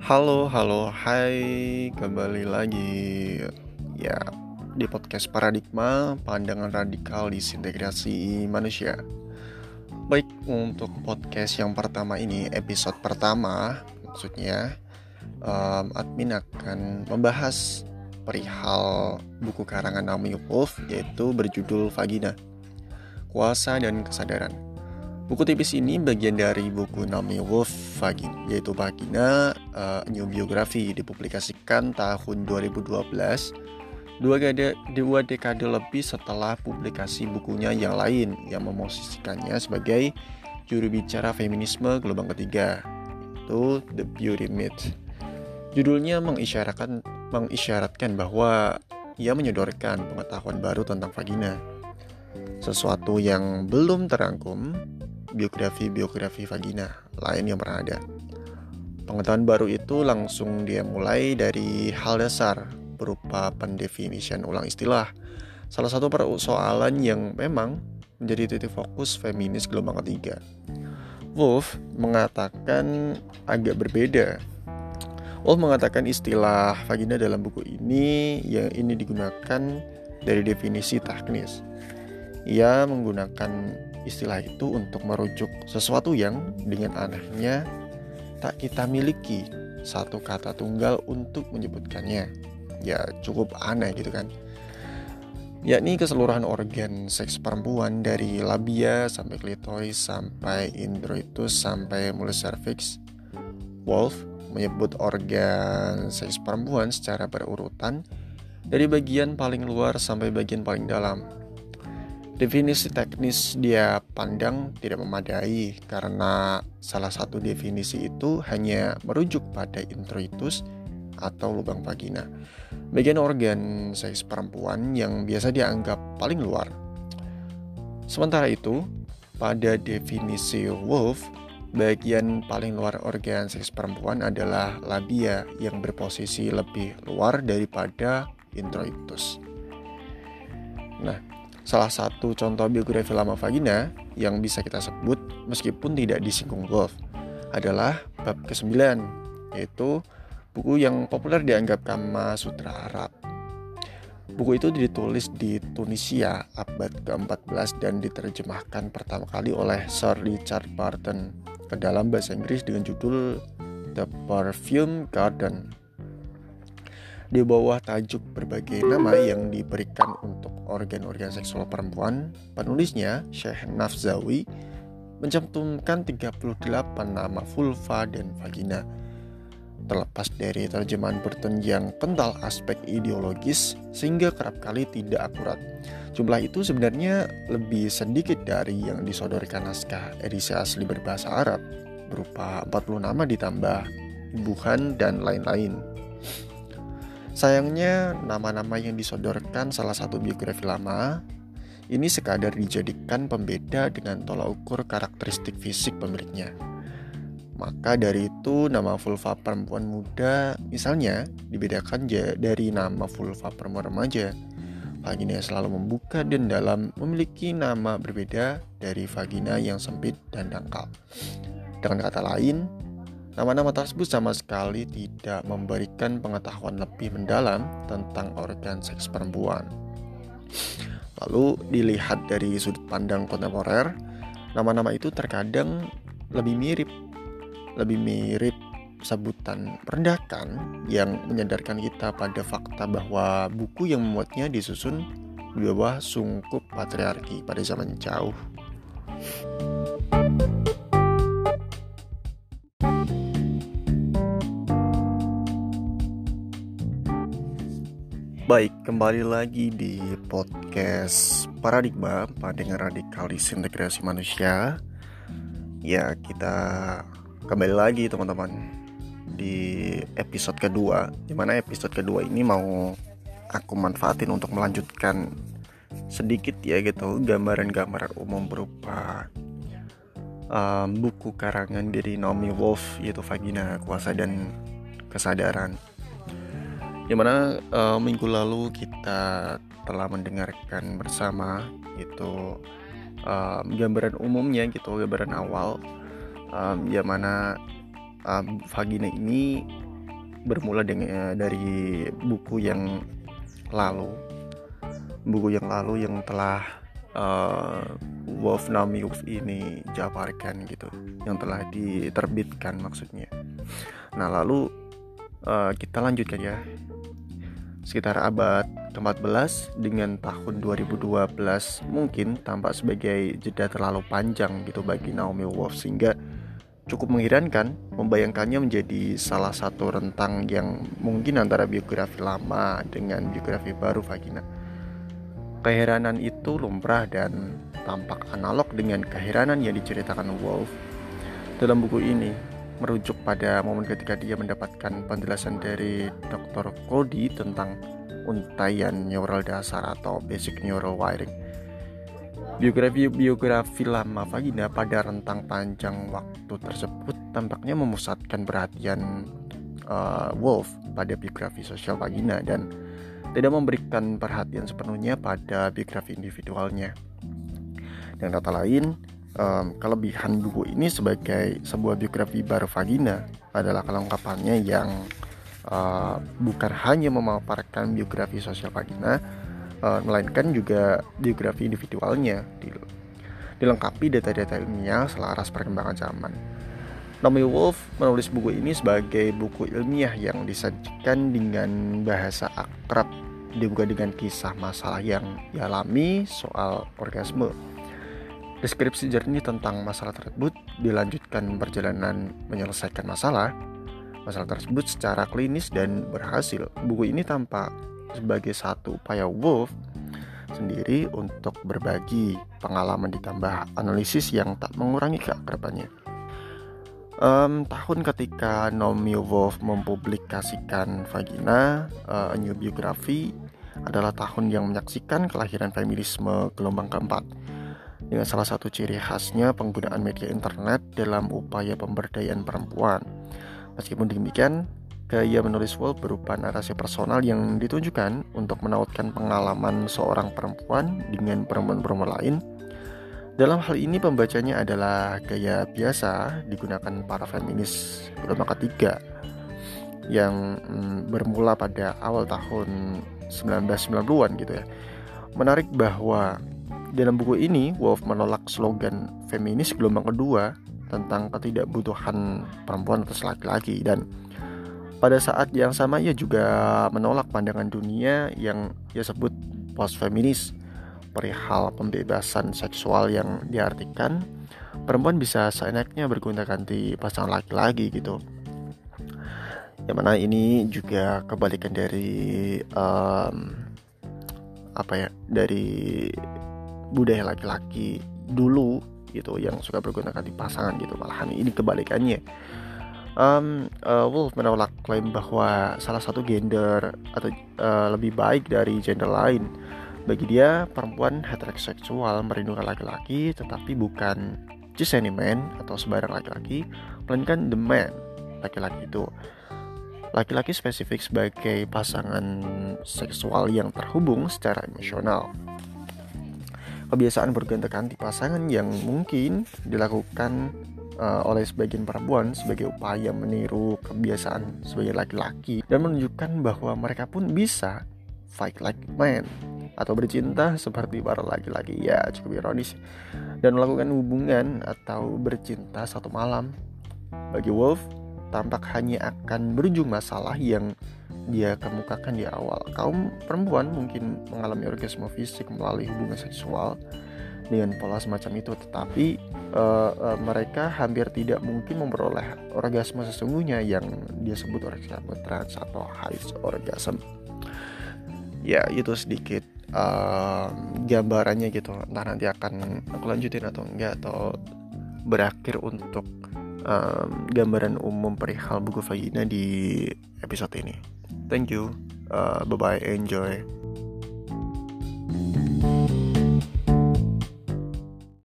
Hai, kembali lagi ya di podcast Paradigma, pandangan radikal disintegrasi manusia. Baik, untuk podcast yang pertama ini, episode pertama, maksudnya admin akan membahas perihal buku karangan Naomi Wolf, yaitu berjudul Vagina, Kuasa dan Kesadaran. Buku tipis ini bagian dari buku Naomi Wolf, yaitu Vagina, New Biography, dipublikasikan tahun 2012, dua dekade lebih setelah publikasi bukunya yang lain yang memosisikannya sebagai juru bicara feminisme gelombang ketiga, yaitu The Beauty Myth. Judulnya mengisyaratkan bahwa ia menyodorkan pengetahuan baru tentang vagina, sesuatu yang belum terangkum biografi vagina lain yang pernah ada. Pengetahuan baru itu langsung dia mulai dari hal dasar berupa pendefinisian ulang istilah, salah satu persoalan yang memang menjadi titik fokus feminis gelombang ketiga. Wolf mengatakan agak berbeda. Wolf mengatakan istilah vagina dalam buku ini digunakan dari definisi teknis. Ia menggunakan istilah itu untuk merujuk sesuatu yang dengan anehnya tak kita miliki satu kata tunggal untuk menyebutkannya. Ya cukup aneh gitu kan. Yakni keseluruhan organ seks perempuan dari labia sampai klitoris sampai introitus sampai mulus cervix. Wolf menyebut organ seks perempuan secara berurutan dari bagian paling luar sampai bagian paling dalam. Definisi teknis dia pandang tidak memadai karena salah satu definisi itu hanya merujuk pada introitus atau lubang vagina, bagian organ seks perempuan yang biasa dianggap paling luar. Sementara itu, pada definisi Wolf, bagian paling luar organ seks perempuan adalah labia yang berposisi lebih luar daripada introitus. Nah, salah satu contoh biografi lama vagina yang bisa kita sebut meskipun tidak disinggung Wolf adalah bab ke-9, yaitu buku yang populer dianggap Kama Sutra Arab. Buku itu ditulis di Tunisia abad ke-14 dan diterjemahkan pertama kali oleh Sir Richard Burton ke dalam bahasa Inggris dengan judul The Perfume Garden. Di bawah tajuk berbagai nama yang diberikan untuk organ-organ seksual perempuan, penulisnya, Sheikh Nafzawi, mencantumkan 38 nama vulva dan vagina. Terlepas dari terjemahan Burton yang kental aspek ideologis sehingga kerap kali tidak akurat, jumlah itu sebenarnya lebih sedikit dari yang disodorkan naskah edisi asli berbahasa Arab, berupa 40 nama ditambah imbuhan dan lain-lain. Sayangnya, nama-nama yang disodorkan salah satu biografi lama ini sekadar dijadikan pembeda dengan tolak ukur karakteristik fisik pemiliknya. Maka dari itu, nama vulva perempuan muda misalnya dibedakan dari nama vulva perempuan remaja. Vagina yang selalu membuka dan dalam memiliki nama berbeda dari vagina yang sempit dan dangkal. Dengan kata lain, nama-nama tersebut sama sekali tidak memberikan pengetahuan lebih mendalam tentang organ seks perempuan. Lalu dilihat dari sudut pandang kontemporer, nama-nama itu terkadang lebih mirip sebutan merendahkan yang menyadarkan kita pada fakta bahwa buku yang memuatnya disusun di bawah sungkup patriarki pada zaman jauh. Baik, kembali lagi di podcast Paradigma, pandangan radikal disintegrasi manusia. Ya, kita kembali lagi teman-teman di episode kedua, dimana episode kedua ini mau aku manfaatin untuk melanjutkan sedikit ya gitu gambaran-gambaran umum berupa buku karangan dari Naomi Wolf, yaitu Vagina, Kuasa dan Kesadaran. Dimana minggu lalu kita telah mendengarkan bersama itu gambaran umumnya gitu, gambaran awal yang mana vagina ini bermula dari buku yang lalu yang telah Wolf Naomi Wolf ini jabarkan gitu, yang telah diterbitkan maksudnya. Nah lalu kita lanjutkan ya, sekitar abad ke-14 dengan tahun 2012 mungkin tampak sebagai jeda terlalu panjang gitu bagi Naomi Wolf, sehingga cukup mengherankan membayangkannya menjadi salah satu rentang yang mungkin antara biografi lama dengan biografi baru vagina. Keheranan itu lumrah dan tampak analog dengan keheranan yang diceritakan Wolf dalam buku ini, merujuk pada momen ketika dia mendapatkan penjelasan dari Dr. Cody tentang untaian neural dasar atau basic neural wiring. Biografi lama vagina pada rentang panjang waktu tersebut tampaknya memusatkan perhatian Wolf pada biografi sosial vagina dan tidak memberikan perhatian sepenuhnya pada biografi individualnya. Dengan kata lain, kelebihan buku ini sebagai sebuah biografi baru vagina adalah kelengkapannya yang bukan hanya memaparkan biografi sosial vagina, melainkan juga biografi individualnya, dilengkapi data-data ilmiah selaras perkembangan zaman. Naomi Wolf menulis buku ini sebagai buku ilmiah yang disajikan dengan bahasa akrab, juga dengan kisah masalah yang dialami soal orgasme. Deskripsi jernih tentang masalah tersebut dilanjutkan perjalanan menyelesaikan masalah tersebut secara klinis dan berhasil. Buku ini tampak sebagai satu upaya Wolf sendiri untuk berbagi pengalaman ditambah analisis yang tak mengurangi keakrabannya. Tahun ketika Naomi Wolf mempublikasikan Vagina, A New Biography adalah tahun yang menyaksikan kelahiran feminisme gelombang keempat, dengan salah satu ciri khasnya penggunaan media internet dalam upaya pemberdayaan perempuan. Meskipun demikian, gaya menulis Wolf berupa narasi personal yang ditunjukkan untuk menautkan pengalaman seorang perempuan dengan perempuan-perempuan lain. Dalam hal ini pembacanya adalah gaya biasa digunakan para feminis gelombang ketiga yang bermula pada awal tahun 1990-an gitu ya. Menarik bahwa dalam buku ini Wolf menolak slogan feminis gelombang kedua tentang ketidakbutuhan perempuan atas laki-laki, dan pada saat yang sama ia juga menolak pandangan dunia yang ia sebut post-feminis perihal pembebasan seksual, yang diartikan perempuan bisa seenaknya bergonta-ganti pasangan laki-laki gitu. Yang mana ini juga kebalikan dari dari budaya laki-laki dulu gitu yang suka bergonta-ganti pasangan gitu. Malahan ini kebalikannya. Wolf menolak klaim bahwa salah satu gender atau lebih baik dari gender lain. Bagi dia, perempuan heteroseksual merindukan laki-laki, tetapi bukan just any man atau sembarang laki-laki, melainkan the man, laki-laki itu. Laki-laki spesifik sebagai pasangan seksual yang terhubung secara emosional. Kebiasaan bergonta-ganti pasangan yang mungkin dilakukan oleh sebagian perempuan sebagai upaya meniru kebiasaan sebagai laki-laki dan menunjukkan bahwa mereka pun bisa fight like man atau bercinta seperti para laki-laki. Ya, cukup ironis. Dan melakukan hubungan atau bercinta satu malam bagi Wolf tampak hanya akan berujung masalah yang dia kemukakan di awal. Kaum perempuan mungkin mengalami orgasme fisik melalui hubungan seksual dengan pola semacam itu, tetapi mereka hampir tidak mungkin memperoleh orgasme sesungguhnya yang dia sebut orgasme trans atau high orgasm. Ya, itu sedikit gambarannya gitu. Entah nanti akan aku lanjutin atau enggak, atau berakhir untuk gambaran umum perihal buku Vagina di episode ini. Thank you, bye bye, enjoy.